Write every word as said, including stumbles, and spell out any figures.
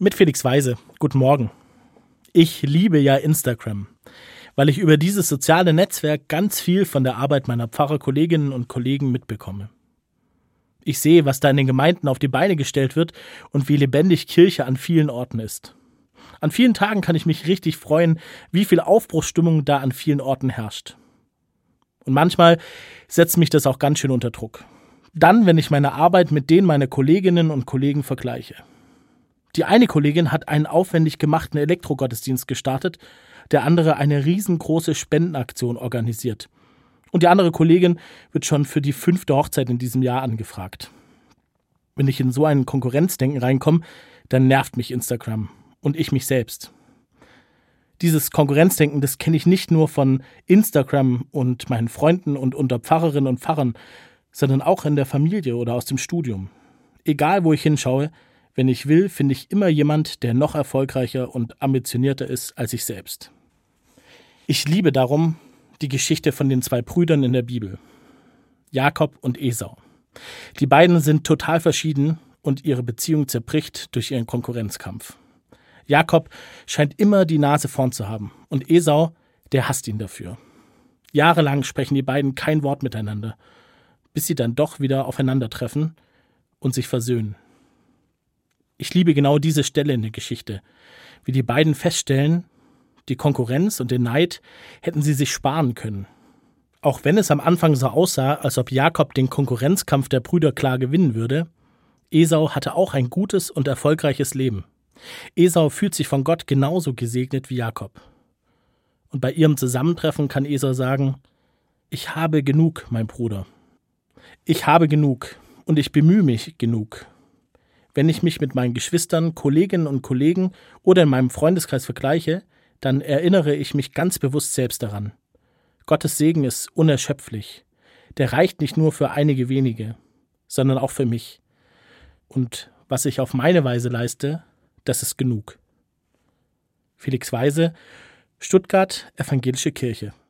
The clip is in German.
Mit Felix Weise. Guten Morgen. Ich liebe ja Instagram, weil ich über dieses soziale Netzwerk ganz viel von der Arbeit meiner Pfarrerkolleginnen und Kollegen mitbekomme. Ich sehe, was da in den Gemeinden auf die Beine gestellt wird und wie lebendig Kirche an vielen Orten ist. An vielen Tagen kann ich mich richtig freuen, wie viel Aufbruchsstimmung da an vielen Orten herrscht. Und manchmal setzt mich das auch ganz schön unter Druck. Dann, wenn ich meine Arbeit mit denen meiner Kolleginnen und Kollegen vergleiche. Die eine Kollegin hat einen aufwendig gemachten Elektrogottesdienst gestartet, der andere eine riesengroße Spendenaktion organisiert. Und die andere Kollegin wird schon für die fünfte Hochzeit in diesem Jahr angefragt. Wenn ich in so ein Konkurrenzdenken reinkomme, dann nervt mich Instagram und ich mich selbst. Dieses Konkurrenzdenken, das kenne ich nicht nur von Instagram und meinen Freunden und unter Pfarrerinnen und Pfarrern, sondern auch in der Familie oder aus dem Studium. Egal, wo ich hinschaue, wenn ich will, finde ich immer jemand, der noch erfolgreicher und ambitionierter ist als ich selbst. Ich liebe darum die Geschichte von den zwei Brüdern in der Bibel, Jakob und Esau. Die beiden sind total verschieden und ihre Beziehung zerbricht durch ihren Konkurrenzkampf. Jakob scheint immer die Nase vorn zu haben und Esau, der hasst ihn dafür. Jahrelang sprechen die beiden kein Wort miteinander, bis sie dann doch wieder aufeinandertreffen und sich versöhnen. Ich liebe genau diese Stelle in der Geschichte, wie die beiden feststellen, die Konkurrenz und den Neid hätten sie sich sparen können. Auch wenn es am Anfang so aussah, als ob Jakob den Konkurrenzkampf der Brüder klar gewinnen würde, Esau hatte auch ein gutes und erfolgreiches Leben. Esau fühlt sich von Gott genauso gesegnet wie Jakob. Und bei ihrem Zusammentreffen kann Esau sagen: Ich habe genug, mein Bruder. Ich habe genug und ich bemühe mich genug. Wenn ich mich mit meinen Geschwistern, Kolleginnen und Kollegen oder in meinem Freundeskreis vergleiche, dann erinnere ich mich ganz bewusst selbst daran. Gottes Segen ist unerschöpflich. Der reicht nicht nur für einige wenige, sondern auch für mich. Und was ich auf meine Weise leiste, das ist genug. Felix Weise, Stuttgart, Evangelische Kirche.